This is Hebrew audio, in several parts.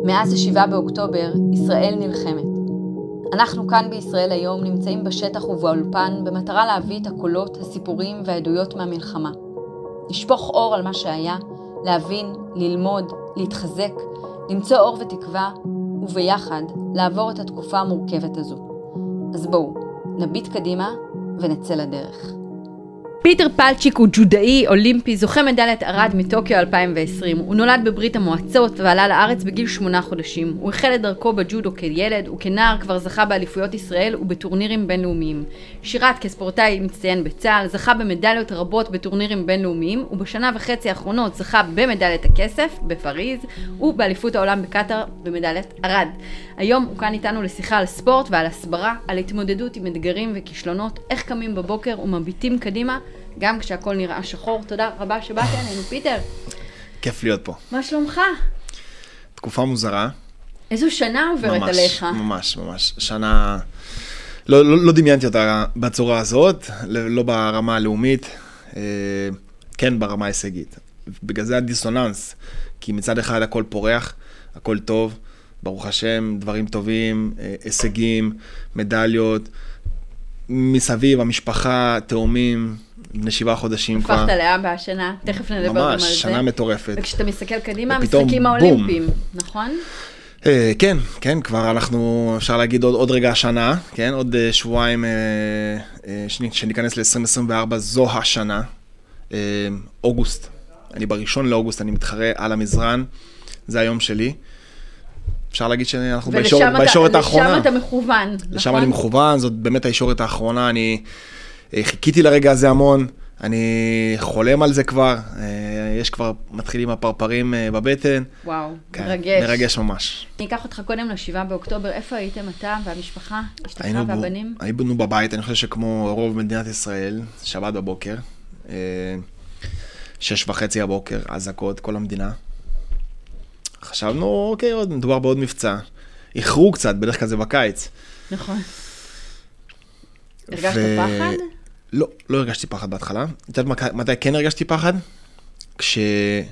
מאז ה-7 באוקטובר, ישראל נלחמת. אנחנו כאן בישראל היום נמצאים בשטח ובאולפן במטרה להביא את הקולות, הסיפורים והעדויות מהמלחמה. לשפוך אור על מה שהיה, להבין, ללמוד, להתחזק, למצוא אור ותקווה, וביחד לעבור את התקופה המורכבת הזו. אז בואו, נביט קדימה ונצא לדרך. פיטר פלצ'יק הוא ג'ודאי אולימפי, זוכה מדליית ארד מטוקיו 2020. הוא נולד בברית המועצות ועלה לארץ בגיל 8 חודשים. הוא החל את דרכו בג'ודו כילד וכנער כבר זכה באליפויות ישראל ובטורנירים בינלאומיים. שירת כספורטאי מצטיין בצה"ל, זכה במדליות רבות בטורנירים בינלאומיים, ובשנה וחצי האחרונות זכה במדליית הכסף בפריז ובאליפות העולם בקטר במדליית ארד. היום הוא כאן איתנו לשיחה על ספורט ועל הסברה, על התמודדות עם אתגרים וכישלונות, איך קמים בבוקר ומביטים קדימה, גם כשהכל נראה שחור. תודה רבה שבאת אלינו, פיטר. כיף להיות פה. מה שלומך? תקופה מוזרה. איזו שנה עוברת עליך? ממש. שנה, לא דמיינתי אותה בצורה הזאת, לא ברמה הלאומית, כן ברמה ההישגית. בגלל זה הדיסוננס, כי מצד אחד הכל פורח, הכל טוב, ברוך השם, דברים טובים, הישגים, מדליות, מסביב, המשפחה, תאומים, בני 7 חודשים כבר. הפכת לאבא השנה, תכף נדבר גם על זה. ממש, שנה מטורפת. וכשאתה מסתכל קדימה, המשחקים האולימפיים, נכון? כן, כבר אנחנו, אפשר להגיד עוד רגע השנה, כן, עוד שבועיים, שניכנס ל-2024, זו השנה, אוגוסט. אני ב1 לאוגוסט, אני מתחרה על המזרן, זה היום שלי. אפשר להגיד שאנחנו בישורת האחרונה. ולשם אתה מכוון, נכון? לשם אני מכוון, זאת באמת הישורת האחרונה, אני חיכיתי לרגע הזה המון, אני חולם על זה כבר, יש כבר מתחילים הפרפרים בבטן. וואו, כן, מרגש. מרגש ממש. אני אקח אותך קודם ל7 באוקטובר, איפה הייתם אתה והמשפחה, אשתך והבנים? היינו בבית, אני חושב שכמו רוב מדינת ישראל, שבת בבוקר, 6:30 הבוקר, אזעקות, כל המדינה. חשבנו, אוקיי, מדובר בעוד מבצע. איחרו קצת, בדרך כלל זה בקיץ. נכון. הרגשת פחד? לא הרגשתי פחד בהתחלה. את יודעת מתי כן הרגשתי פחד? כשראיתי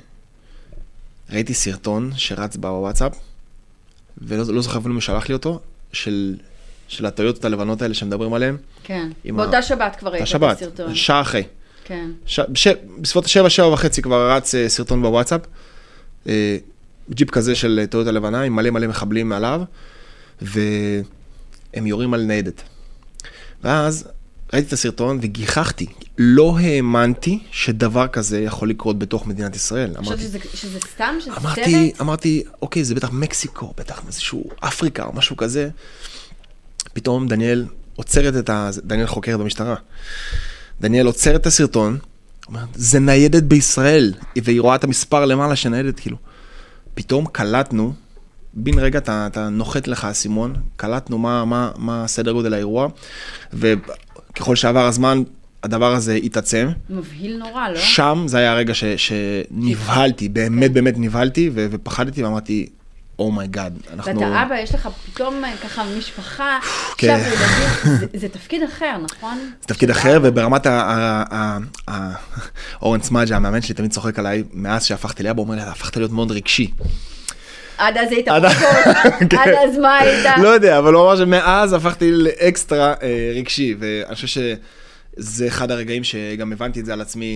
סרטון שרץ בוואטסאפ, ולא זוכר אפילו מי שלח לי אותו, של הטויוטות הלבנות האלה שמדברים עליהם. כן, באותה שבת כבר ראית את הסרטון. שעה אחרי. כן. בסביבות 7:30 כבר רץ סרטון בוואטסאפ, ג'יפ כזה של טויוטה לבנה, עם מלא מחבלים מעליו, והם יורים על ניידת. ואז ראיתי את הסרטון וגיחכתי. לא האמנתי שדבר כזה יכול לקרות בתוך מדינת ישראל. חושבת שזה סתם, שזה סרט? אמרתי, אוקיי, זה בטח מקסיקו, בטח איזשהו אפריקה או משהו כזה. פתאום דניאל דניאל חוקרת במשטרה. דניאל עוצר את הסרטון, אומרת, זה ניידת בישראל, והיא רואה את המספר למעלה שניידת, כאילו. פתאום קלטנו, בין רגע אתה נוחת לך הסימון, קלטנו מה סדר גודל האירוע, וככל שעבר הזמן, הדבר הזה התעצם. מבהיל נורא, לא? שם זה היה הרגע שנבהלתי, באמת נבהלתי, ופחדתי ואמרתי, אומייגאד, אנחנו... ואתה אבא, יש לך פתאום ככה משפחה, זה תפקיד אחר, נכון? זה תפקיד אחר, וברמת אורן סמאג'ה, המאמן שלי תמיד צוחק עליי, מאז שהפכתי לאבא, הוא אומר לי, אתה הפכת להיות מאוד רגשי. עד אז היית פחות, עד אז מה היית? לא יודע, אבל הוא אמר שמאז הפכתי לאקסטרה רגשי, ואני חושב שזה אחד הרגעים שגם הבנתי את זה על עצמי,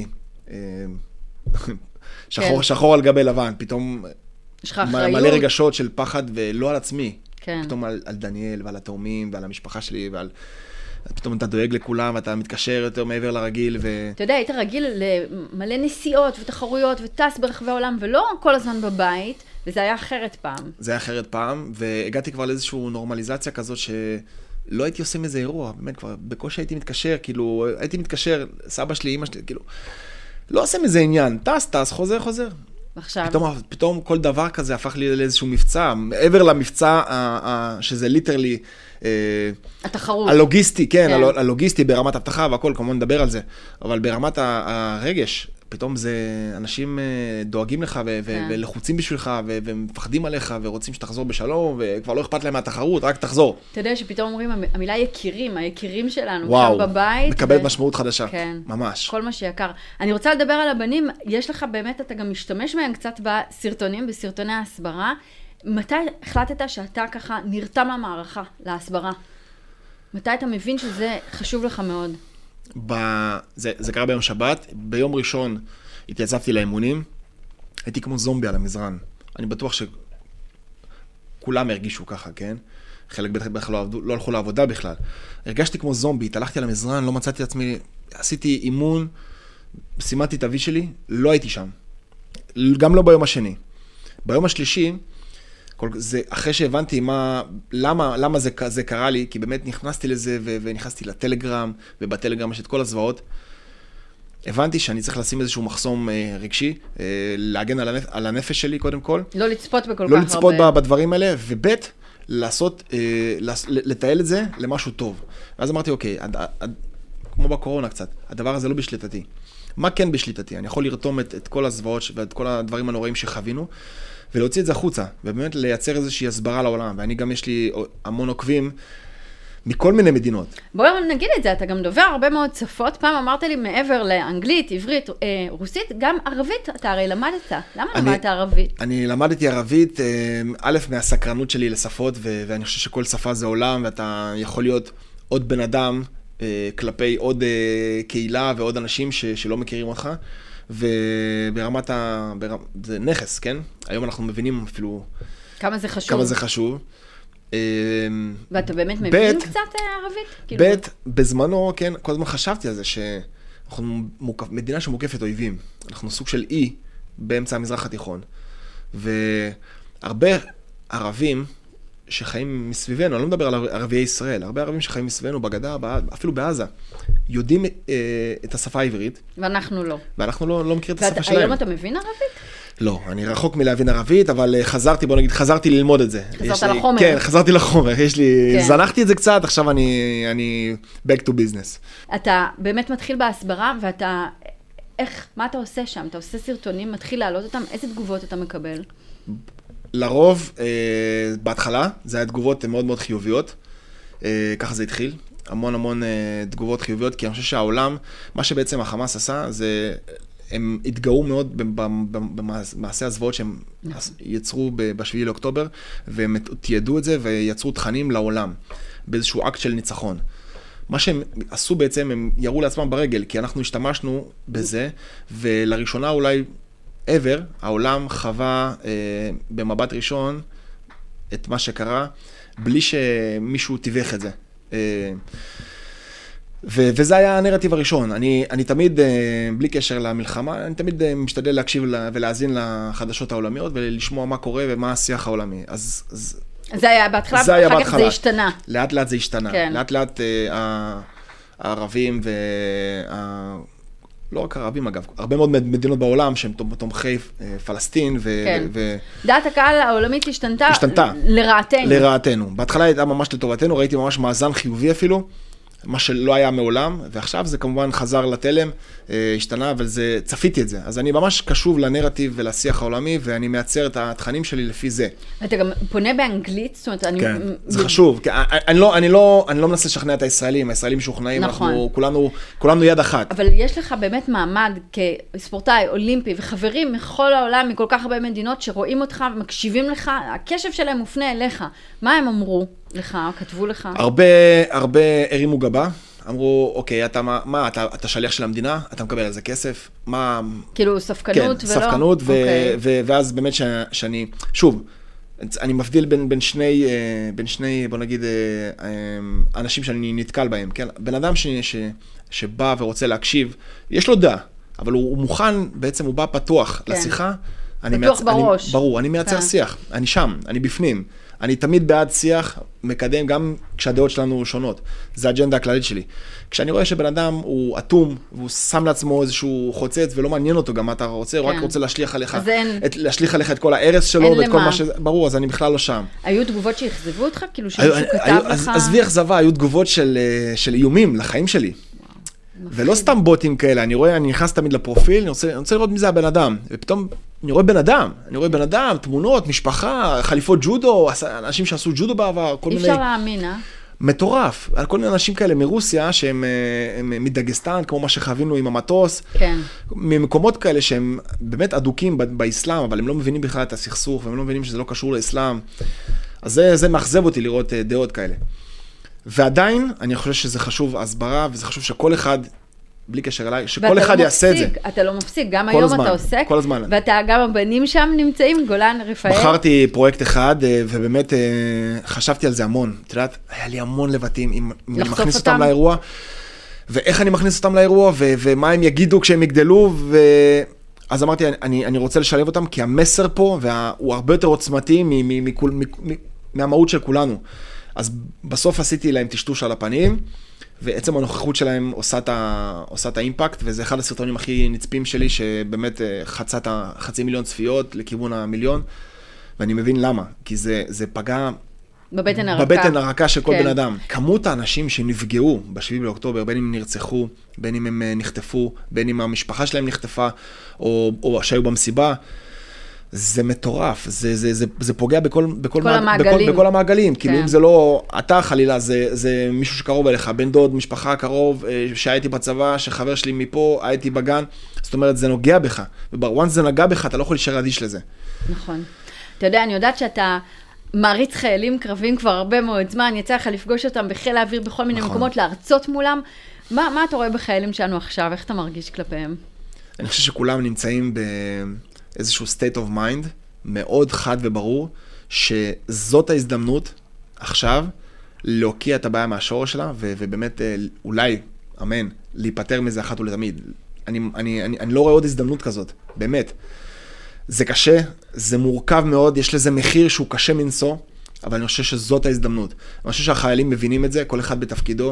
שחור על גבי לבן, פתאום... מלא רגשות של פחד ולא על עצמי. כן. פתאום על דניאל ועל התאומים ועל המשפחה שלי פתאום אתה דואג לכולם ואתה מתקשר יותר מעבר לרגיל אתה יודע, היית רגיל למלא נסיעות ותחרויות וטס ברחבי העולם ולא כל הזמן בבית, וזה היה אחרת פעם. זה היה אחרת פעם, והגעתי כבר לאיזושהי נורמליזציה כזאת שלא הייתי עושה מזה אירוע, באמת כבר בקושי הייתי מתקשר, כאילו הייתי מתקשר, סבא שלי, אמא שלי, כאילו לא עושה מזה עניין, טס, חוזר. פתאום כל דבר כזה הפך לי לאיזשהו מבצע, מעבר למבצע שזה ליטרלי, התחרות. הלוגיסטי, כן, הלוגיסטי ברמת הבטחה והכל, כמובן נדבר על זה, אבל ברמת הרגש, פתאום זה, אנשים דואגים לך ולחוצים בשבילך ומפחדים עליך ורוצים שתחזור בשלום וכבר לא אכפת להם מהתחרות, רק תחזור. אתה יודע שפתאום אומרים, המילה היקירים שלנו, שם בבית. וואו, מקבלת משמעות חדשה. כן. ממש. כל מה שיקר. אני רוצה לדבר על הבנים, יש לך באמת, אתה גם משתמש מהם קצת בסרטוני ההסברה. מתי החלטת שאתה ככה נרתם למערכה, להסברה? מתי אתה מבין שזה חשוב לך מאוד? זה קרה ביום שבת, ביום ראשון התייצבתי לאימונים, הייתי כמו זומבי על המזרן. אני בטוח שכולם הרגישו ככה, כן? חלק בטח לא הלכו לעבודה בכלל. הרגשתי כמו זומבי, התהלכתי על המזרן, לא מצאתי את עצמי, עשיתי אימון, סימנתי את אבי שלי, לא הייתי שם. גם לא ביום השני. ביום השלישי, אחרי שהבנתי למה זה קרה לי, כי באמת נכנסתי לזה ונכנסתי לטלגרם, ובטלגרם יש את כל הזוועות, הבנתי שאני צריך לשים איזשהו מחסום רגשי, להגן על הנפש שלי קודם כל. לא לצפות בכל כך הרבה. לא לצפות בדברים האלה, ובית, לטייל את זה למשהו טוב. ואז אמרתי, אוקיי, כמו בקורונה קצת, הדבר הזה לא בשליטתי. מה כן בשליטתי? אני יכול לרתום את כל הזוועות ואת כל הדברים הנוראים שחווינו, ולהוציא את זה החוצה, ובאמת לייצר איזושהי הסברה לעולם. ואני גם יש לי המון עוקבים מכל מיני מדינות. בואו נגיד את זה, אתה גם דובר הרבה מאוד שפות. פעם אמרת לי מעבר לאנגלית, עברית, רוסית, גם ערבית אתה הרי למדת. למה למדת ערבית? אני למדתי ערבית, א', מהסקרנות שלי לשפות, ואני חושב שכל שפה זה עולם, ואתה יכול להיות עוד בן אדם כלפי עוד קהילה ועוד אנשים שלא מכירים אותך, וברמת זה נכס, כן? היום אנחנו מבינים אפילו כמה זה חשוב. כמה זה חשוב. ואתה באמת מבין קצת ערבית? ב' בזמנו, כן, כל הזמן חשבתי על זה שאנחנו מדינה שמוקפת אויבים. אנחנו סוג של אי באמצע המזרח התיכון. והרבה ערבים שחיים מסביבנו, אני לא מדבר על ערביי ישראל, הרבה ערבים שחיים מסביבנו בגדה, אפילו בעזה, יודעים את השפה העברית. ואנחנו לא. ואנחנו לא מכיר את השפה שלהם. והיום אתה מבין ערבית? לא, אני רחוק מלהבין ערבית, אבל חזרתי ללמוד את זה. חזרת לחומר. כן, חזרתי לחומר. זנחתי את זה קצת, עכשיו אני back to business. אתה באמת מתחיל בהסברה, ואתה, מה אתה עושה שם? אתה עושה סרטונים, מתחיל להעלות אותם, איזה תגובות אתה מקבל? לרוב, בהתחלה, זה היה תגובות מאוד מאוד חיוביות. ככה זה התחיל. המון תגובות חיוביות, כי אני חושב שהעולם, מה שבעצם החמאס עשה, זה הם התגאו מאוד במעשי הזוועות שהם יצרו ב7 לאוקטובר, והם תיעדו את זה ויצרו תכנים לעולם, באיזשהו אקט של ניצחון. מה שהם עשו בעצם, הם יראו לעצמם ברגל, כי אנחנו השתמשנו בזה, ולראשונה אולי ever, העולם חווה במבט ראשון את מה שקרה, בלי שמישהו תיווך את זה. וזה היה הנרטיב הראשון. אני תמיד, בלי קשר למלחמה, אני תמיד משתדל להקשיב ולהאזין לחדשות העולמיות, ולשמוע מה קורה ומה השיח העולמי. אז זה היה בהתחלה, ואחר כך זה השתנה. לאט לאט זה השתנה. כן. לאט לאט הערבים לא רק הערבים אגב, הרבה מאוד מדינות בעולם שהם תומכי פלסטין דעת הקהל העולמית השתנתה לרעתנו. לרעתנו. בהתחלה הייתה ממש לטובתנו, ראיתי ממש מאזן חיובי אפילו, מה שלא היה מעולם, ועכשיו זה כמובן חזר לתלם, השתנה, אבל צפיתי את זה. אז אני ממש קשוב לנרטיב ולשיח העולמי, ואני מייצר את התכנים שלי לפי זה. אתה גם פונה באנגלית? זאת אומרת, כן, זה חשוב. אני לא מנסה לשכנע את הישראלים שוכנעים, אנחנו כולנו יד אחת. אבל יש לך באמת מעמד כספורטאי, אולימפי, וחברים מכל העולם, מכל כך הרבה מדינות שרואים אותך ומקשיבים לך, הקשב שלהם מופנה אליך. מה הם אמרו לך, כתבו לך? הרבה הרימו גבה. אמרו, אוקיי, אתה שליח של המדינה, אתה מקבל על זה כסף, מה... כאילו ספקנות ולא? כן, ספקנות, ואז באמת שאני, שוב, אני מבדיל בין שני, בוא נגיד, אנשים שאני נתקל בהם, כן? בן אדם שבא ורוצה להקשיב, יש לו דעה, אבל הוא מוכן, בעצם הוא בא פתוח לשיחה. פתוח בראש. ברור, אני מייצר שיח, אני שם, אני בפנים. אני תמיד בעד שיח, מקדם גם כשהדעות שלנו שונות. זה האג'נדה הכללית שלי. כשאני רואה שבן אדם הוא אטום, והוא שם לעצמו איזשהו חוצץ, ולא מעניין אותו גם מה אתה רוצה, הוא רק רוצה להשליך עליך את כל הארץ שלו, ואת כל מה ש... ברור, אז אני בכלל לא שם. היו תגובות שהכזבו אותך? כאילו שמישהו כתב לך? עזבי אכזבה, היו תגובות של איומים לחיים שלי. ולא סתם בוטים כאלה, אני נכנס תמיד לפרופיל, אני רוצה לראות מי זה הבן אדם, ופתאום אני רואה בן אדם, תמונות, משפחה, חליפות ג'ודו, אנשים שעשו ג'ודו בעבר, כל מיני... אי אפשר להאמין, מטורף, על כל מיני אנשים כאלה מרוסיה, שהם מדגסטן, כמו מה שחווינו עם המטוס, כן. ממקומות כאלה שהם באמת אדוקים באסלאם, אבל הם לא מבינים בכלל את הסכסוך, והם לא מבינים שזה לא קשור לאסלאם. אז זה מאכזב אותי לראות דעות כאלה. ועדיין, אני חושב שזה חשוב הסברה, וזה חשוב שכל אחד, בלי קשר אליי, שכל אחד יעשה את זה. אתה לא מפסיק, גם היום אתה עוסק. כל הזמן. ואתה גם הבנים שם נמצאים, גולן, רפאל. בחרתי פרויקט אחד, ובאמת חשבתי על זה המון. את יודעת, היה לי המון לבטים, אם אני מכניס אותם לאירוע, ואיך אני מכניס אותם לאירוע, ומה הם יגידו כשהם יגדלו, אז אמרתי, אני רוצה לשלב אותם, כי המסר פה, הוא הרבה יותר עוצמתי מהמהות של כולנו. אז בסוף עשיתי להם טשטוש על הפנים, ועצם הנוכחות שלהם עושה את האימפקט, וזה אחד הסרטונים הכי נצפים שלי, שבאמת חצה את 500,000 צפיות לכיוון 1,000,000, ואני מבין למה, כי זה פגע בבטן הרכה של כל בן אדם. כמות האנשים שנפגעו ב7 באוקטובר, בין אם נרצחו, בין אם הם נחטפו, בין אם המשפחה שלהם נחטפה, או שהיו במסיבה, זה מטורף, זה פוגע בכל המעגלים, כאילו אם זה לא אתה חלילה, זה מישהו שקרוב אליך, בן דוד, משפחה קרוב, שהייתי בצבא, שחבר שלי מפה, הייתי בגן, זאת אומרת, זה נוגע בך, ובוואנס זה נגע בך, אתה לא יכול להישאר אדיש לזה. נכון. אתה יודע, אני יודעת שאתה מעריץ חיילים קרבים כבר הרבה מאוד זמן, יצא לך לפגוש אותם בחיל האוויר בכל מיני מקומות, להרצות מולם. מה אתה רואה בחיילים שלנו עכשיו? איך אתה מרגיש כלפיהם? אני חושב שכולם נמצאים איזשהו state of mind, מאוד חד וברור, שזאת ההזדמנות עכשיו להוקיע את הבעיה מהשורש שלה, ובאמת אולי, אמן, להיפטר מזה אחת ולתמיד. אני לא רואה עוד הזדמנות כזאת, באמת. זה קשה, זה מורכב מאוד, יש לזה מחיר שהוא קשה מנשוא, אבל אני חושב שזאת ההזדמנות. אני חושב שהחיילים מבינים את זה, כל אחד בתפקידו,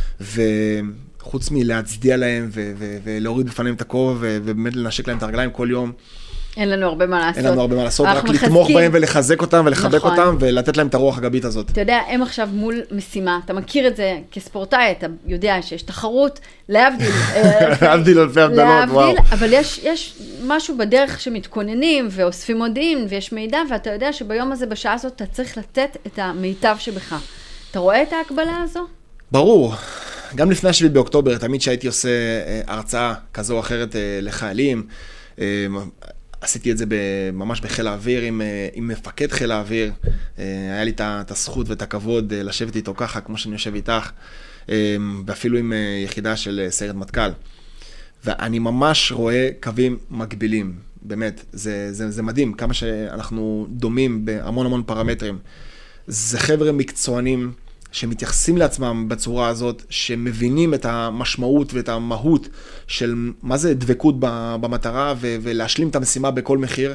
וחוץ מלהצדיע להם ולהוריד בפניהם את הכובע, ובאמת לנשק להם את הרגליים כל יום, אין לנו הרבה מה לעשות. אין לנו הרבה מה לעשות, רק לתמוך בהם ולחזק אותם ולחבק אותם ולתת להם את הרוח הגבית הזאת. אתה יודע, הם עכשיו מול משימה, אתה מכיר את זה כספורטאי, אתה יודע שיש תחרות, להבדיל. להבדיל אלפי הבדלות, וואו. אבל יש משהו בדרך שמתכוננים ואוספים מודיעין ויש מידע, ואתה יודע שביום הזה, בשעה הזאת, אתה צריך לתת את המיטב שבך. אתה רואה את ההקבלה הזו? ברור. גם לפני 7 באוקטובר, תמיד שהייתי עושה הרצאה כזו או אחרת לחיילים, עשיתי את זה ממש בחיל האוויר עם מפקד חיל האוויר. היה לי את הזכות ואת הכבוד לשבת איתו ככה, כמו שאני יושב איתך, ואפילו עם יחידה של סיירת מטכ"ל. ואני ממש רואה קווים מקבילים, באמת. זה מדהים, כמה שאנחנו דומים בהמון המון פרמטרים. זה חבר'ה מקצוענים שמתייחסים לעצמם בצורה הזאת, שמבינים את המשמעות ואת המהות של מה זה דבקות במטרה ולהשלים את המשימה בכל מחיר.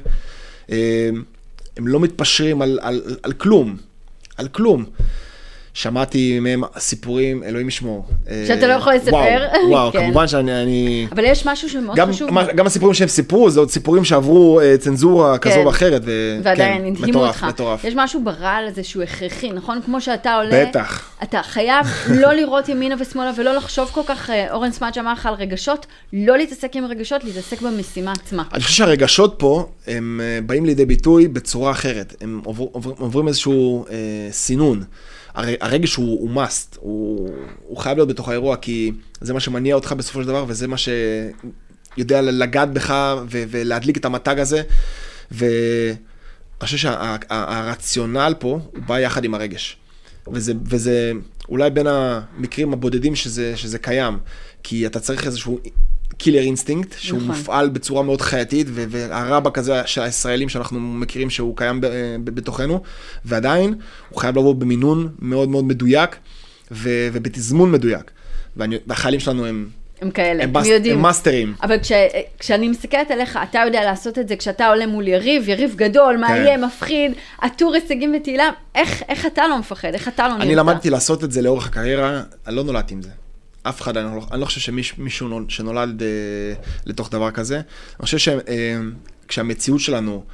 הם לא מתפשרים על כלום, על כלום. שמעתי מהם סיפורים, אלוהים ישמור. שאתה לא יכול לספר. וואו, כמובן שאני... אבל יש משהו שמאוד חשוב. גם הסיפורים שהם סיפרו, זה עוד סיפורים שעברו צנזורה כזו או אחרת. ועדיין, הדהימו אותך. מטורף. יש משהו ברעל הזה שהוא הכרחי, נכון? כמו שאתה עולה... בטח. אתה חייב לא לראות ימינה ושמאלה ולא לחשוב כל כך, אורן סמאג' אמר לך על רגשות, לא להתעסק עם רגשות, להתעסק במשימה עצמה. אני חושב שהרגשות פה, הם באים לידי ביטוי בצורה אחרת. הם עוברים איזשהו סינון. הרגש הוא must, הוא חייב להיות בתוך האירוע, כי זה מה שמניע אותך בסופו של דבר, וזה מה שיודע לגעת בך ולהדליק את המתג הזה, ואני חושב שהרציונל פה הוא בא יחד עם הרגש, וזה אולי בין המקרים הבודדים שזה קיים, כי אתה צריך איזשהו קילר אינסטינקט, שהוא מופעל בצורה מאוד חייתית, והרבא כזה של הישראלים שאנחנו מכירים שהוא קיים בתוכנו, ועדיין הוא חייב לבוא במינון מאוד מאוד מדויק, ובתזמון מדויק. והחיילים שלנו הם כאלה, הם יודעים. הם מאסטרים. אבל כשאני מסתכלת עליך, אתה יודע לעשות את זה, כשאתה עולה מול יריב גדול, מאיים, מפחיד, עטור הישגים ותהילה, איך אתה לא מפחד? איך אתה לא נראה? אני למדתי לעשות את זה לאורך הקריירה, אני לא נולדתי עם זה. אף אחד, אני לא חושב שמישהו שנולד לתוך דבר כזה. אני חושב שכשהמציאות שלנו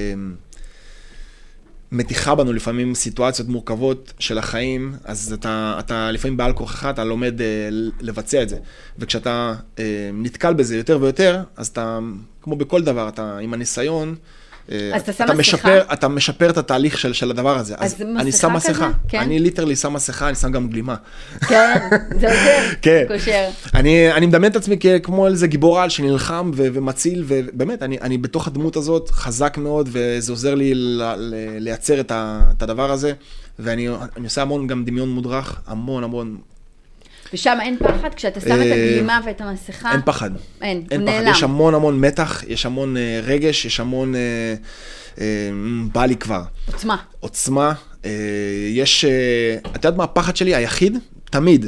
מתיחה בנו לפעמים סיטואציות מורכבות של החיים, אז אתה לפעמים בעל כוחך, אתה לומד לבצע את זה. וכשאתה נתקל בזה יותר ויותר, אז אתה, כמו בכל דבר, אתה עם הניסיון, אז אתה שם מסכה? אתה משפר את התהליך של הדבר הזה. אז אני שם מסכה. כן? אני ליטרלי שם מסכה, אני שם גם גלימה. כן, זה עוזר. כן. קושר. אני מדמיין את עצמי כמו איזה גיבור על שנלחם ומציל, ובאמת, אני בתוך הדמות הזאת חזק מאוד, וזה עוזר לי לייצר את הדבר הזה, ואני עושה המון גם דמיון מודרך, המון. ושם אין פחד? כשאתה שם את הגלימה ואת המסכה? אין פחד. אין, הוא נעלם. יש המון מתח, יש המון רגש, יש המון... בא לי כבר. עוצמה. יש... אתה יודעת מה הפחד שלי? היחיד, תמיד,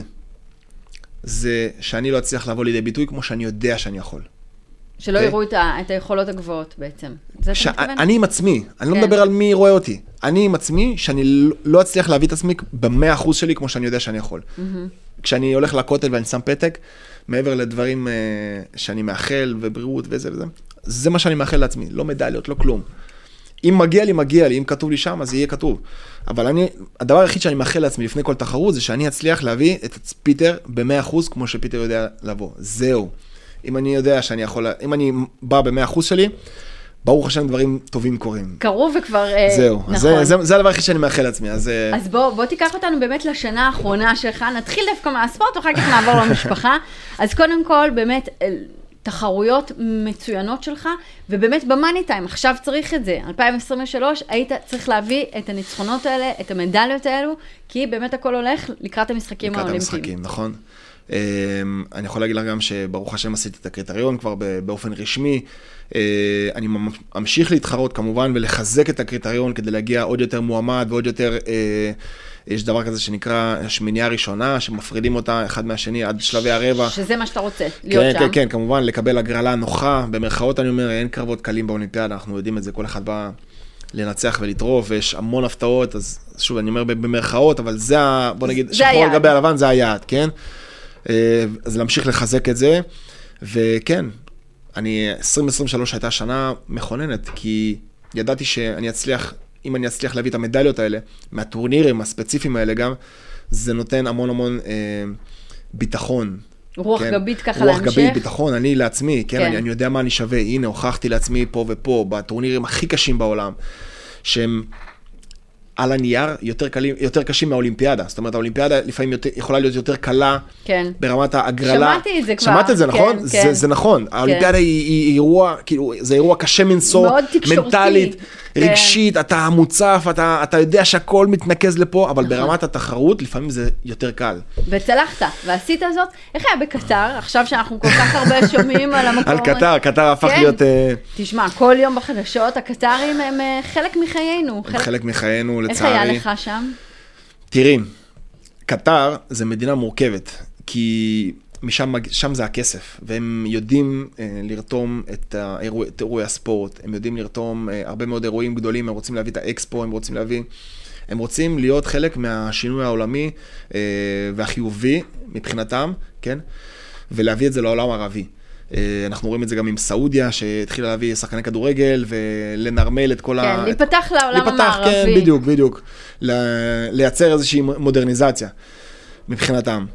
זה שאני לא אצליח לבוא לידי ביטוי כמו שאני יודע שאני יכול. שלא יראו את היכולות הגבוהות בעצם. זה אתה מתכוון? אני עם עצמי, אני לא מדבר על מי רואה אותי. אני עם עצמי, שאני לא אצליח להביא את עצמי ב100% שלי כמו שאני יודע שאני יכול. כשאני הולך לכותל ואני שם פתק, מעבר לדברים שאני מאחל ובריאות וזה, זה מה שאני מאחל לעצמי, לא מדליות, לא כלום. אם מגיע לי, אם כתוב לי שם, אז יהיה כתוב. אבל הדבר היחיד שאני מאחל לעצמי לפני כל תחרות, זה שאני אצליח להביא את פיטר ב100% כמו שפיטר יודע לבוא. זהו. אם אני יודע שאני יכול, אם אני בא ב100% שלי, ברוך השם דברים טובים קורים. קרו וכבר זהו, נכון. זה הדבר הכי שאני מאחל לעצמי. אז בוא תיקח אותנו באמת לשנה האחרונה שלך, נתחיל דווקא מהספורט, ואחר כך נעבור למשפחה. אז קודם כל, באמת, תחרויות מצוינות שלך, ובאמת במאני טיים, עכשיו צריך את זה. 2023, היית צריך להביא את הניצחונות האלה, את המדליות האלו, כי באמת הכל הולך לקראת המשחקים האולימפיים. לקראת המשחקים, נכון. אני יכול להגיד לך גם שברוך השם עשיתי את הקריטריון כבר באופן רשמי, אני ממשיך להתחרות כמובן ולחזק את הקריטריון כדי להגיע עוד יותר מועמד ועוד יותר, יש דבר כזה שנקרא השמינייה הראשונה, שמפרידים אותה אחד מהשני עד שלבי הרבע. שזה מה שאתה רוצה, להיות שם. כן, כמובן, לקבל הגרלה נוחה, במרכאות אני אומר, אין קרבות קלים באולימפיאדה, אנחנו יודעים את זה, כל אחד בא לנצח ולטרוף, ויש המון הפתעות, אז שוב, אני אומר במרכאות, אבל זה, בוא נגיד, שחור על גבי הלבן, זה היעד, כן? אז להמשיך לחזק את זה, וכן, 2023 הייתה שנה מכוננת, כי ידעתי שאני אצליח, אם אני אצליח להביא את המדליות האלה, מהטורנירים הספציפיים האלה גם, זה נותן המון ביטחון. רוח גבית ככה להמשך. רוח גבית, ביטחון, אני לעצמי, כן, אני יודע מה אני שווה, הנה, הוכחתי לעצמי פה ופה, בטורנירים הכי קשים בעולם, שהם על הנייר יותר קשים מהאולימפיאדה. זאת אומרת, האולימפיאדה לפעמים יכולה להיות יותר קלה ברמת ההגרלה. שמעתי את זה כבר. שמעת את זה, נכון? זה נכון. האולימפיאדה היא אירוע, כאילו, זה אירוע קשה מנסור, מנטלית, רגשית, אתה מוצף, אתה יודע שהכל מתנקז לפה, אבל ברמת התחרות לפעמים זה יותר קל. וצלחת, ועשית זאת. איך היה בקטר? עכשיו שאנחנו כל כך הרבה שומעים על המקום. על קטר הפך להיות... תשמע, כל יום בחדשות, הקטרים הם חלק מחיינו. הם חלק מחיינו, לצערי. איך היה לך שם? תראי, קטר זה מדינה מורכבת, כי שם זה הכסף, והם יודעים לרתום את אירועי הספורט, הם יודעים לרתום הרבה מאוד אירועים גדולים, הם רוצים להביא את האקספו, הם רוצים להיות חלק מהשינוי העולמי והחיובי מבחינתם, כן? ולהביא את זה לעולם הערבי. אנחנו רואים את זה גם עם סעודיה, שהתחילה להביא שחקני כדורגל, ולנרמל את כל כן, להיפתח לעולם המערבי. כן, בדיוק. לייצר איזושהי מודרניזציה, מבחינתם.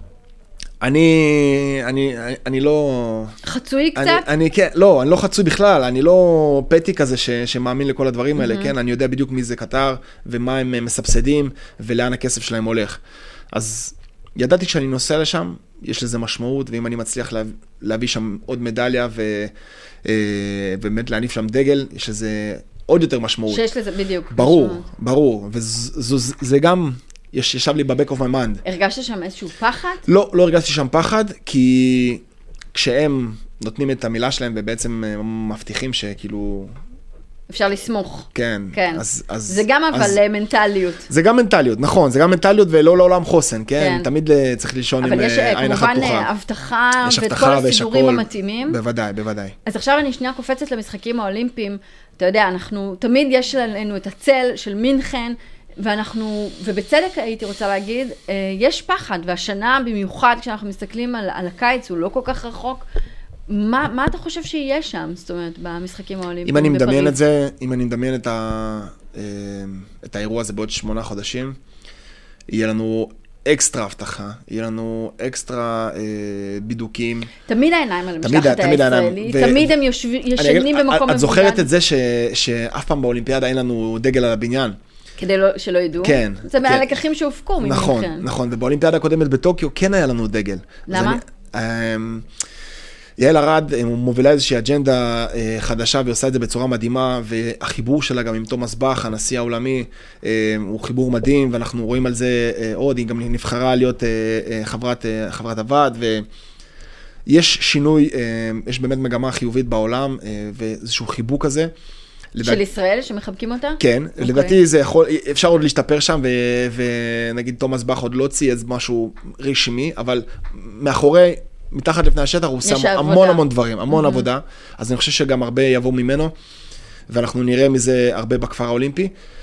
אני לא... חצוי קצת? לא, אני לא חצוי בכלל, אני לא פטי כזה שמאמין לכל הדברים האלה, כן? אני יודע בדיוק מי זה קטר, ומה הם מסבסדים, ולאן הכסף שלהם הולך. אז ידעתי כשאני נוסע לשם, יש לזה משמעות, ואם אני מצליח להביא שם עוד מדליה, ובאמת להניף שם דגל, יש לזה עוד יותר משמעות. שיש לזה בדיוק. ברור, וזה גם... ישב לי ב-back of my mind. הרגשת שם איזשהו פחד? לא הרגשתי שם פחד, כי כשהם נותנים את המילה שלהם, ובעצם מבטיחים שכאילו... אפשר לסמוך. כן. זה גם אבל מנטליות. זה גם מנטליות, נכון, זה גם מנטליות ולא לעולם חוסן, כן? תמיד צריך לישון עם עין אחת פתוחה. אבל יש כמובן הבטחה ואת כל הסידורים המתאימים. בוודאי. אז עכשיו אני שנייה קופצת למשחקים האולימפיים. אתה יודע, אנחנו, תמיד יש לנו את הצל של מינכן, ובצדק הייתי רוצה להגיד, יש פחד, והשנה במיוחד כשאנחנו מסתכלים על הקיץ, הוא לא כל כך רחוק. מה אתה חושב שיהיה שם, זאת אומרת, במשחקים האולימפיים בפריז? אם אני מדמיין את האירוע הזה בעוד 8 חודשים, יהיה לנו אקסטרה הבטחה, יהיה לנו אקסטרה בידוקים. תמיד העיניים על המשלחת הישראלית, תמיד הם ישנים במקום מבודד. את זוכרת את זה שאף פעם באולימפיאדה אין לנו דגל על הבניין? כדי שלא ידעו? כן. זה מהלקחים שהופקו. נכון, נכון, ובאולימפיאדה הקודמת בטוקיו כן היה לנו דגל. למה? יעל ארד מובילה איזושהי אג'נדה חדשה ועושה את זה בצורה מדהימה, והחיבור שלה גם עם תומאס באך, הנשיא העולמי, הוא חיבור מדהים, ואנחנו רואים על זה עוד, היא גם נבחרה להיות חברת הוועד, ויש שינוי, יש באמת מגמה חיובית בעולם, ואיזשהו חיבוק כזה. של ישראל שמחבקים אותה? כן, לדעתי זה יכול, אפשר עוד להשתפר שם, ונגיד תומאס באך עוד לא צייץ משהו רשמי, אבל מאחורי, מתחת לפני השטח, הוא שם המון דברים, המון עבודה, אז אני חושב שגם הרבה יבוא ממנו, ואנחנו נראה מזה הרבה בכפר האולימפי.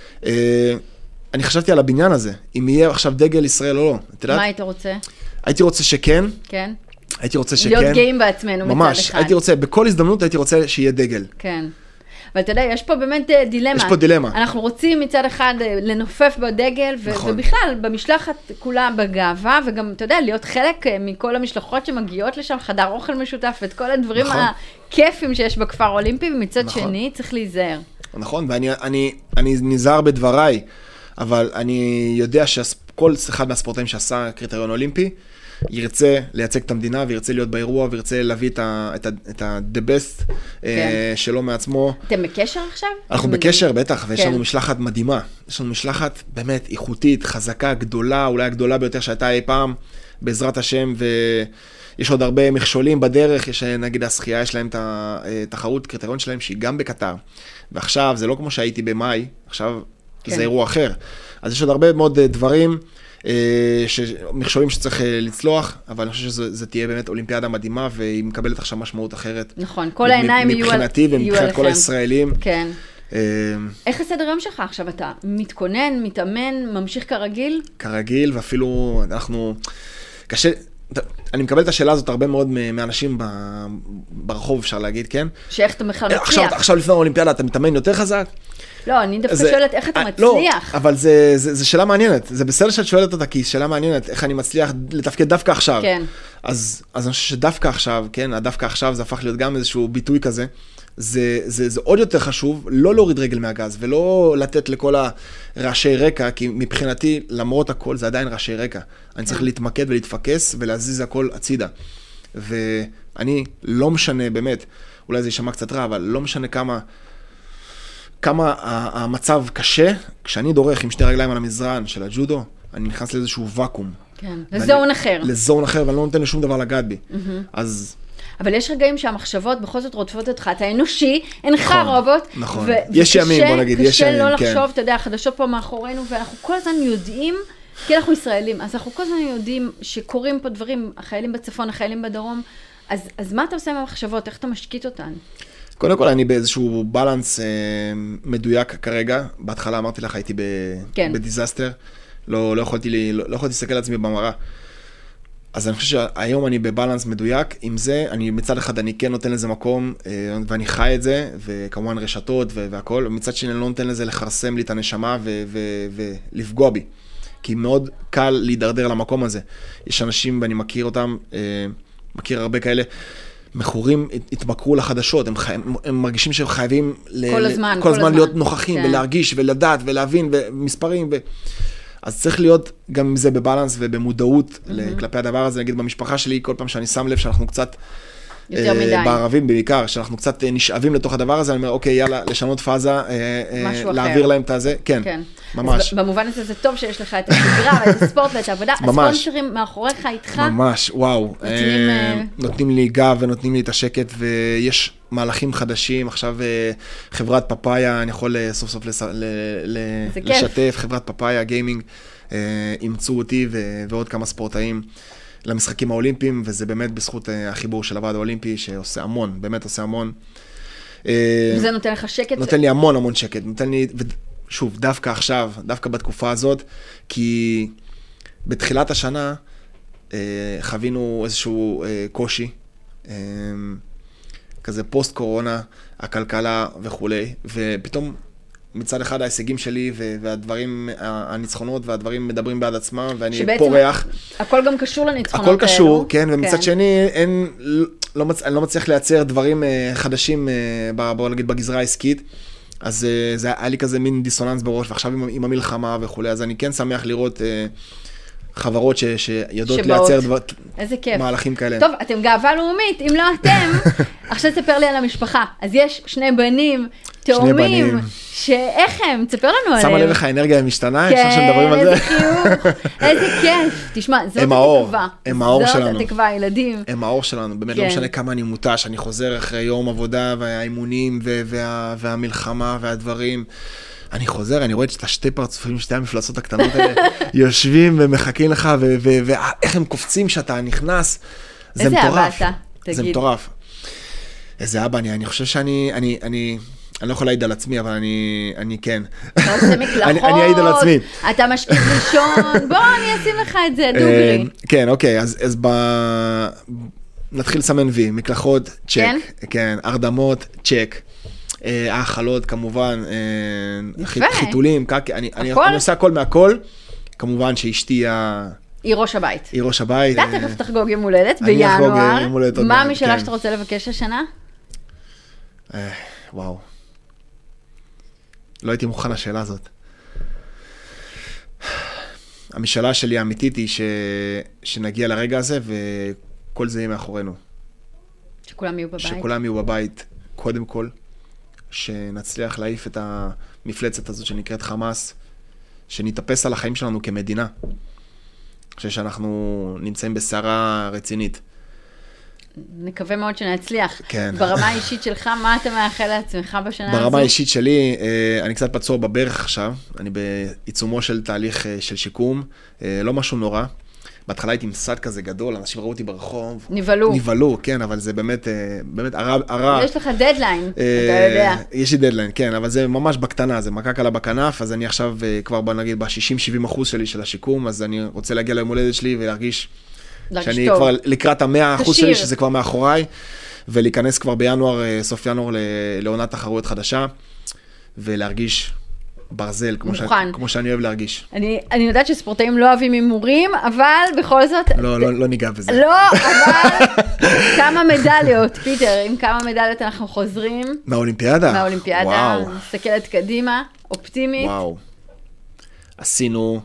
אני חשבתי על הבניין הזה, אם יהיה עכשיו דגל ישראל או לא, את יודעת? מה היית רוצה? הייתי רוצה שכן. כן? הייתי רוצה שכן. להיות גאים בעצמנו מצד אחד. ממש, הייתי רוצה, בכל הזדמנות הייתי רוצה שיהיה דגל. כן. אבל אתה יודע, יש פה באמת דילמה. יש פה דילמה. אנחנו רוצים מצד אחד לנופף בדגל, ובכלל, במשלחת כולה בגאווה, וגם, אתה יודע, להיות חלק מכל המשלחות שמגיעות לשם, חדר אוכל משותף, ואת כל הדברים הכיפים שיש בכפר האולימפי, ומצד שני צריך להיזהר. נכון, ואני נזהר בדבריי, אבל אני יודע שכל אחד מהספורטאים שעשה קריטריון אולימפי, ירצה לייצג את המדינה, וירצה להיות באירוע, וירצה להביא את ה-the best שלו מעצמו. אתם בקשר עכשיו? אנחנו בקשר, בטח, ויש לנו משלחת מדהימה. יש לנו משלחת באמת איכותית, חזקה, גדולה, אולי הגדולה ביותר שהייתה אי פעם, בעזרת השם, ויש עוד הרבה מכשולים בדרך, יש נגיד השחייה, יש להם את התחרות קריטריון שלהם, שהיא גם בקטר. ועכשיו, זה לא כמו שהייתי במאי, עכשיו זה אירוע אחר. אז יש עוד הרבה מאוד דברים, מכשולים שצריך לצלוח, אבל אני חושב שזה תהיה באמת אולימפיאדה מדהימה, והיא מקבלת עכשיו משמעות אחרת. נכון, כל העיניים יהיו עליכם. מבחינתי ומבחינת כל הישראלים. כן. איך הסדר יום שלך עכשיו? אתה מתכונן, מתאמן, ממשיך כרגיל? כרגיל, ואפילו אנחנו, קשה, אני מקבל את השאלה הזאת הרבה מאוד מאנשים ברחוב, אפשר להגיד, כן? שאיך אתה בכלל מצליח? עכשיו לפני האולימפיאדה אתה מתאמן יותר חזק? לא, אני דווקא שואלת איך אתה מצליח. לא, אבל זה שאלה מעניינת. זה בסדר שאת שואלת אותה, כי שאלה מעניינת, איך אני מצליח לתפקד דווקא עכשיו. כן. אז אני חושב שדווקא עכשיו, כן, הדווקא עכשיו זה הפך להיות גם איזשהו ביטוי כזה. זה עוד יותר חשוב, לא להוריד רגל מהגז, ולא לתת לכל הרעשי רקע, כי מבחינתי, למרות הכל, זה עדיין רעשי רקע. אני צריך להתמקד ולהתפקס, ולהזיז הכל הצידה. ואני לא משנה, באמת, אולי זה יישמע קצת רע, אבל לא משנה כמה המצב קשה, כשאני דורך עם שתי רגליים על המזרן של הג'ודו, אני נכנס לאיזשהו וקום. כן, לזון אחר. לזון אחר, ואני לא נותן לשום דבר לגעת בי. אז... אבל יש רגעים שהמחשבות בכל זאת רודפות אותך, אתה אנושי, אינך רובוט. נכון, יש ימים, בוא נגיד, יש ימים, קשה לא לחשוב, אתה יודע, החדשות פה מאחורינו, ואנחנו כל הזמן יודעים, כי אנחנו ישראלים, אז אנחנו כל הזמן יודעים שקורים פה דברים, החיילים בצפון, החיילים בדרום, אז מה אתה עושה עם המחשבות? איך אתה משקיט אותן? קודם כל, אני באיזשהו בלנס מדויק כרגע. בהתחלה אמרתי לך, הייתי בדיזסטר. לא יכולתי להסתכל על עצמי במראה. אז אני חושב שהיום אני בבלנס מדויק. עם זה, מצד אחד אני כן נותן לזה מקום, ואני חי את זה, וכמובן רשתות והכל. מצד שני, אני לא נותן לזה לחרסם לי את הנשמה ולפגוע בי. כי מאוד קל להידרדר למקום הזה. יש אנשים, ואני מכיר אותם, מכיר הרבה כאלה, מכורים התמכרו לחדשות, הם מרגישים שהם חייבים כל הזמן להיות נוכחים, ולהרגיש ולדעת ולהבין ומספרים, אז צריך להיות גם עם זה בבלנס ובמודעות כלפי הדבר הזה. נגיד במשפחה שלי, כל פעם שאני שם לב שאנחנו קצת, בערבים בעיקר, שאנחנו קצת נשאבים לתוך הדבר הזה, אני אומר, אוקיי, יאללה, לשנות פאזה, להעביר להם את הזה, כן, ממש. במובן הזה זה טוב שיש לך את השגרה ואת הספורט ואת העבודה, הספונסרים מאחוריך איתך. ממש, וואו, נותנים לי גב ונותנים לי את השקט, ויש מהלכים חדשים, עכשיו חברת פפאיה, אני יכול סוף סוף לשתף, חברת פפאיה, גיימינג, אימצו אותי ועוד כמה ספורטאים, למשחקים האולימפיים, וזה באמת בזכות החיבור של הוועד האולימפי, שעושה המון, באמת עושה המון. וזה נותן לך שקט? נותן לי המון שקט, נותן לי, שוב, דווקא עכשיו, דווקא בתקופה הזאת, כי בתחילת השנה חווינו איזשהו קושי, כזה פוסט קורונה, הכלכלה וכו', ופתאום מצד אחד ההישגים שלי והדברים, הניצחונות והדברים מדברים בעד עצמם, ואני שבעצם פורח. הכל גם קשור לניצחונות האלו. הכל קשור, כן, ומצד שני, אני לא מצליח לייצר דברים חדשים, בוא נגיד, בגזרה העסקית, אז זה היה לי כזה מין דיסוננס בראש, ועכשיו עם המלחמה וכו', אז אני כן שמח לראות חברות שיודעות לייצר מהלכים כאלה. טוב, אתם גאווה לאומית, אם לא אתם, עכשיו תספר לי על המשפחה. אז יש שני בנים, תאומים, שאיך הם? תספר לנו עליהם. שמה לב לך, האנרגיה משתנה, אפשר שמדברים על זה. כן, איזה חיוך, איזה כיף. תשמע, זאת התקווה. הם האור שלנו. זאת התקווה, ילדים. הם האור שלנו, באמת לא משנה כמה אני מותש, אני חוזר אחרי יום עבודה, והאימונים, והמלחמה, והדברים. אני חוזר, אני רואה את השתי פרצופים, שתי המפלצות הקטנות האלה, יושבים ומחכים לך, ואיך הם קופצים שאתה נכנס. זה מטורף. איזה אבא אתה? תגיד. זה מטורף. איזה אבא אני חושב שאני לא יכול להעיד על עצמי, אבל אני כן. אתה עושה מקלחות, אני אעיד על עצמי. אתה משקיף לישון, בוא אני אשים לך את זה, דוגרי. כן, אוקיי, אז נתחיל לסמן וי, מקלחות, צ'ק. כן, הרדמות, צ'ק. האכלות כמובן, חיתולים, אני עושה הכל מהכל, כמובן שאשתי היא ראש הבית. היא ראש הבית. אתה תכף תחגוג יום הולדת בינואר, מה המשאלה שאתה רוצה לבקש השנה? וואו, לא הייתי מוכן לשאלה הזאת. המשאלה שלי האמיתית היא שנגיע לרגע הזה וכל זה יהיה מאחורינו. שכולם יהיו בבית. שכולם יהיו בבית, קודם כל. שנצליח להעיף את המפלצת הזאת שנקראת חמאס, שנתאפס על החיים שלנו כמדינה. אני חושב שאנחנו נמצאים בסערה רצינית. נקווה מאוד שנצליח. כן. ברמה האישית שלך, מה אתה מאחל לעצמך בשנה הזו? ברמה האישית שלי, אני קצת פצוע בברך עכשיו, אני בעיצומו של תהליך של שיקום, לא משהו נורא. בהתחלה הייתי מסד כזה גדול, אנשים ראו אותי ברחוב. נבלו, כן, אבל זה באמת הרע. יש לך דדליין, אתה יודע. יש לי דדליין, כן, אבל זה ממש בקטנה, זה מכה קלה בכנף, אז אני עכשיו כבר בוא נגיד ב-60-70% שלי של השיקום, אז אני רוצה להגיע ליום הולדת שלי ולהרגיש שאני כבר לקראת ה-100% שלי, שזה כבר מאחוריי, ולהיכנס כבר בינואר, סוף ינואר לעונת תחרויות חדשה, ולהרגיש ברזל, כמו שאני אוהב להרגיש. אני יודעת שספורטאים לא אוהבים הימורים, אבל בכל זאת... לא ניגע בזה. לא, אבל כמה מדליות, פיטר, עם כמה מדליות אנחנו חוזרים. מהאולימפיאדה? מהאולימפיאדה, מסתכלת קדימה, אופטימית. וואו. עשינו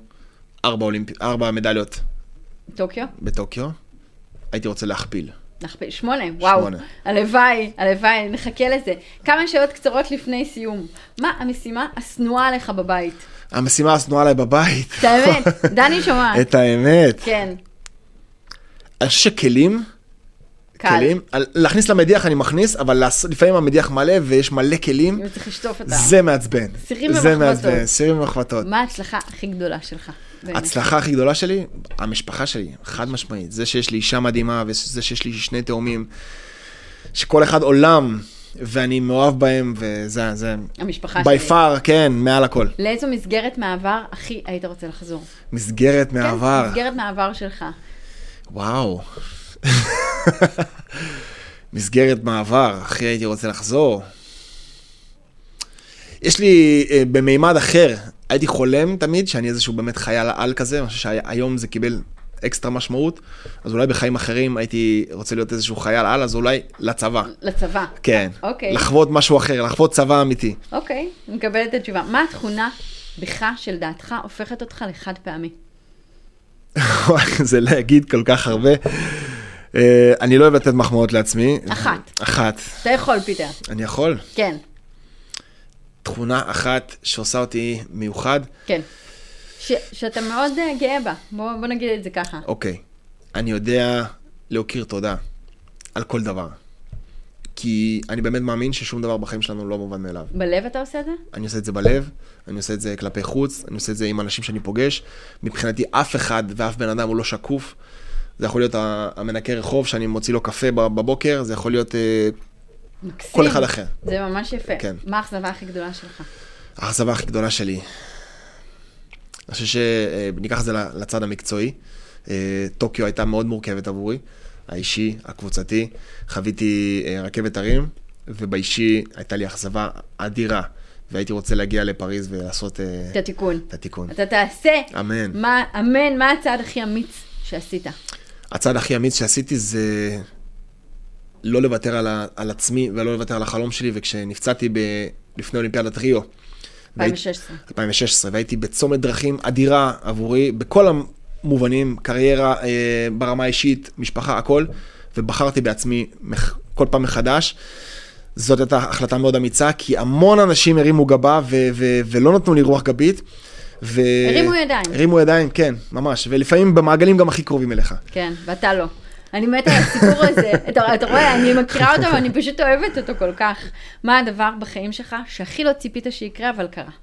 4 מדליות. טוקיו? בטוקיו. הייתי רוצה להכפיל. 8, וואו, הלוואי, נחכה לזה. כמה שעות קצרות לפני סיום. מה המשימה השנואה עליך בבית? המשימה השנואה עליי בבית? את האמת, דני שומעת. את האמת. כן. אני חושב שכלים, קל. להכניס למדיח אני מכניס, אבל לפעמים המדיח מלא ויש מלא כלים. צריך לשטוף אותם. זה מעצבן. סירים ומחבטות. מה ההצלחה הכי גדולה שלך? ההצלחה הכי גדולה שלי, המשפחה שלי, חד משמעית. זה שיש לי אישה מדהימה, וזה שיש לי 2 תאומים, שכל אחד עולם, ואני מאוהב בהם, וזה... המשפחה שלי. by far, כן, מעל הכל. לאיזו מסגרת מעבר הכי היית רוצה לחזור? מסגרת מעבר? כן, מסגרת מעבר שלך. וואו. מסגרת מעבר, הכי הייתי רוצה לחזור. יש לי במימד אחר, הייתי חולם תמיד שאני איזשהו באמת חייל על כזה, אני חושב שהיום זה קיבל אקסטרה משמעות, אז אולי בחיים אחרים הייתי רוצה להיות איזשהו חייל על, אז אולי לצבא. לצבא? כן. אוקיי. לחוות משהו אחר, לחוות צבא אמיתי. אוקיי, מקבלת את התשובה. מה התכונה בך של דעתך הופכת אותך לחד פעמי? זה להגיד כל כך הרבה. אני לא אוהב לתת מחמאות לעצמי. אחת. אתה יכול, פיטר. אני יכול? כן. תכונה אחת שעושה אותי מיוחד. כן. שאתה מאוד גאה בה. בוא נגיד את זה ככה. אוקיי. אני יודע להוקיר תודה על כל דבר. כי אני באמת מאמין ששום דבר בחיים שלנו לא מובן מאליו. בלב אתה עושה את זה? אני עושה את זה בלב, אני עושה את זה כלפי חוץ, אני עושה את זה עם אנשים שאני פוגש. מבחינתי אף אחד ואף בן אדם הוא לא שקוף. זה יכול להיות המנקה רחוב שאני מוציא לו קפה בבוקר, זה יכול להיות מקסים. כל אחד אחר. זה ממש יפה. כן. מה האכזבה הכי גדולה שלך? האכזבה הכי גדולה שלי. אני חושב שניקח את זה לצד המקצועי. טוקיו הייתה מאוד מורכבת עבורי. האישי, הקבוצתי. חוויתי רכבת הרים, ובאישי הייתה לי אכזבה אדירה. והייתי רוצה להגיע לפריז ולעשות את התיקון. את התיקון. אתה תעשה. אמן. אמן, מה הצעד הכי אמיץ שעשית? הצעד הכי אמיץ שעשיתי זה לא לוותר על עצמי ולא לוותר על החלום שלי, וכשנפצעתי לפני אולימפיאדת ריו, 2016, והייתי בצומת דרכים אדירה עבורי, בכל המובנים, קריירה, ברמה אישית, משפחה, הכל, ובחרתי בעצמי כל פעם מחדש. זאת הייתה החלטה מאוד אמיצה, כי המון אנשים הרימו גבה ולא נתנו לי רוח גבית. הרימו ידיים. הרימו ידיים, כן, ממש. ולפעמים במעגלים גם הכי קרובים אליך. כן, ואתה לא. אני מתה על הסיפור הזה. אתה רואה, אני מכירה אותו ואני פשוט אוהבת אותו כל כך. מה הדבר בחיים שלך שהכי לא ציפית שיקרה, אבל קרה?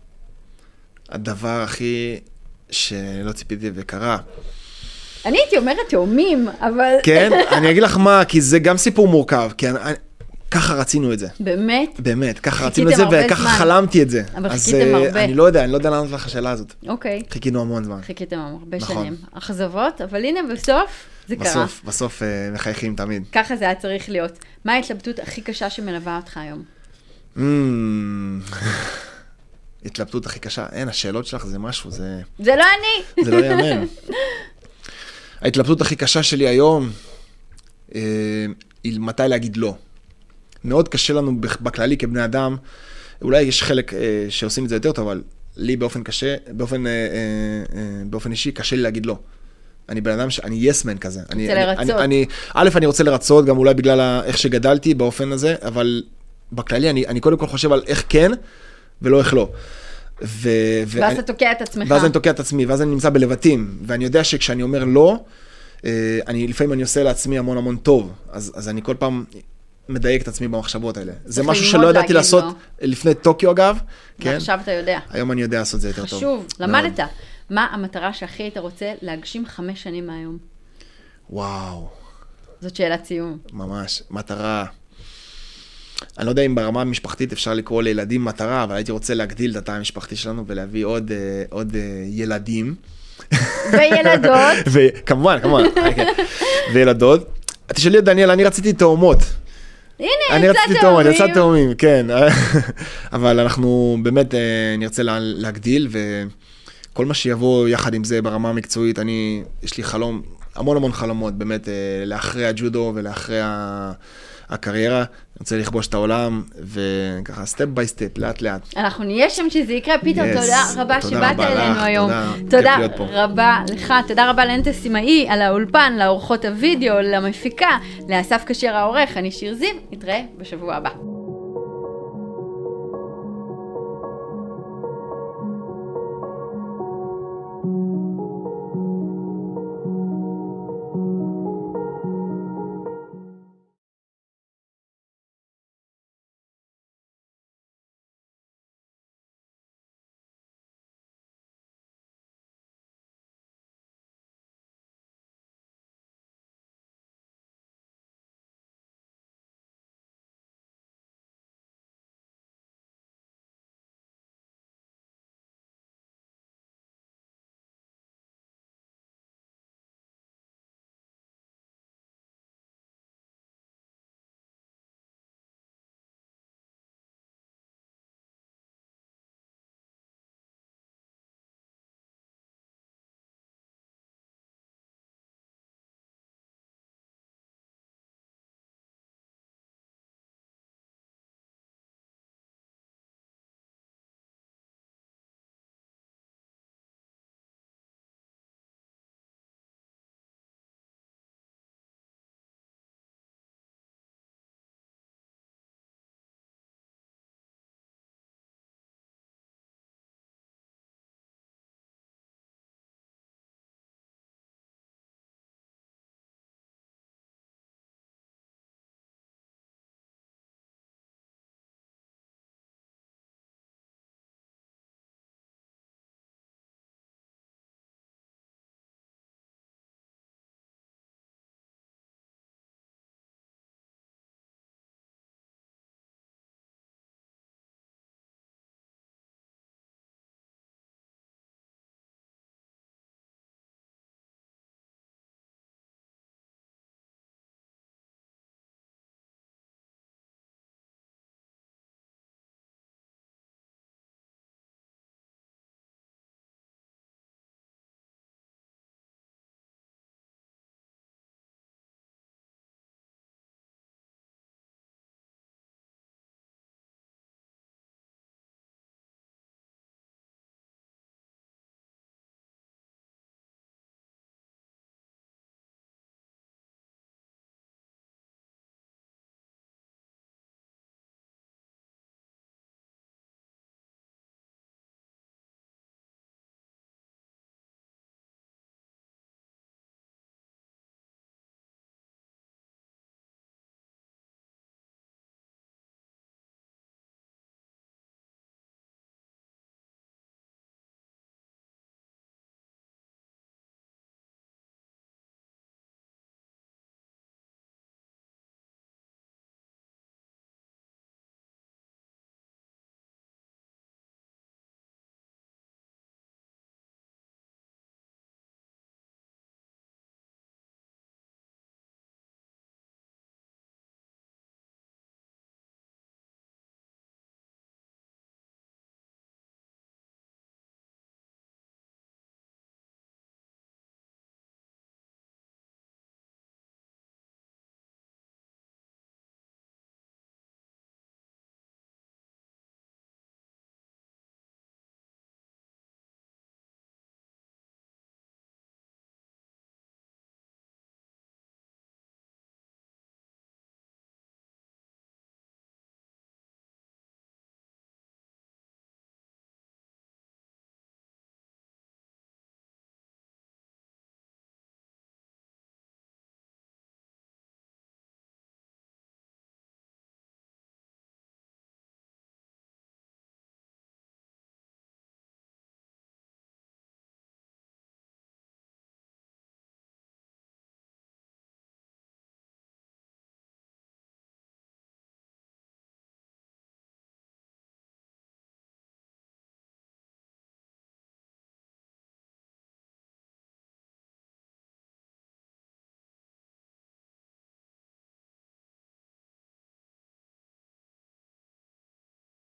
הדבר הכי שלא ציפיתי וקרה. אני הייתי אומרת תאומים, אבל... כן, אני אגיד לך מה, כי זה גם סיפור מורכב, כי ככה רצינו את זה. באמת? באמת, ככה רצינו את זה, וככה חלמתי את זה. אבל חיכיתם הרבה. אז אני לא יודע לענות לך השאלה הזאת. אוקיי. חיכינו המון זמן. חיכיתם הרבה שנים. אכזבות, אבל הנה בסוף זה קרה. בסוף מחייכים תמיד. ככה זה היה צריך להיות. מה ההתלבטות הכי קשה שמלווה אותך היום? התלבטות הכי קשה, אין, השאלות שלך זה משהו, זה... זה לא אני. זה לא יאמן. ההתלבטות הכי קשה שלי היום, היא מתי להגיד לא. מאוד קשה לנו בכללי כבני אדם, אולי יש חלק שעושים את זה יותר טוב, אבל לי באופן קשה, באופן אישי, קשה לי להגיד לא. אני בן אדם אני yes man כזה. רוצה לרצות. אני רוצה לרצות, גם אולי בגלל איך שגדלתי באופן הזה, אבל בכללי אני קודם כל חושב על איך כן, ולא איך לא. ואז אתה תוקע את עצמך. ואז אני תוקע את עצמי, ואז אני נמצא בלבטים, ואני יודע שכשאני אומר לא, לפעמים אני עושה לעצמי המון טוב, אז אני כל פעם מדייק את עצמי במחשבות האלה. זה משהו שלא ידעתי לעשות לפני טוקיו אגב. ועכשיו אתה יודע. היום אני יודע לעשות זה יותר טוב. חשוב, למדת. מה המטרה שהכי היית רוצה להגשים 5 שנים מהיום? וואו. זאת שאלת סיום. ממש, מטרה. אני לא יודע אם ברמה המשפחתית אפשר לקרוא לילדים מטרה, אבל הייתי רוצה להגדיל את התא המשפחתי שלנו ולהביא עוד ילדים. וילדות. וכמובן. וילדות. תשאלי את דניאל, אני רציתי תאומות. הנה, יצא תאומים, כן. אבל אנחנו באמת נרצה להגדיל, וכל מה שיבוא יחד עם זה ברמה המקצועית, יש לי חלום, המון חלומות, באמת, לאחרי הג'ודו ולאחרי הקריירה. אני רוצה לכבוש את העולם, וככה, סטפ ביי סטפ, לאט לאט. אנחנו נהיה שם שזה יקרה. פיטר, תודה רבה שבאת אלינו היום. תודה רבה לך, תודה רבה לאנטס סימאי על האולפן, לאורחות הוידאו, למפיקה, לאסף קשר העורך, אני שיר זיו, נתראה בשבוע הבא.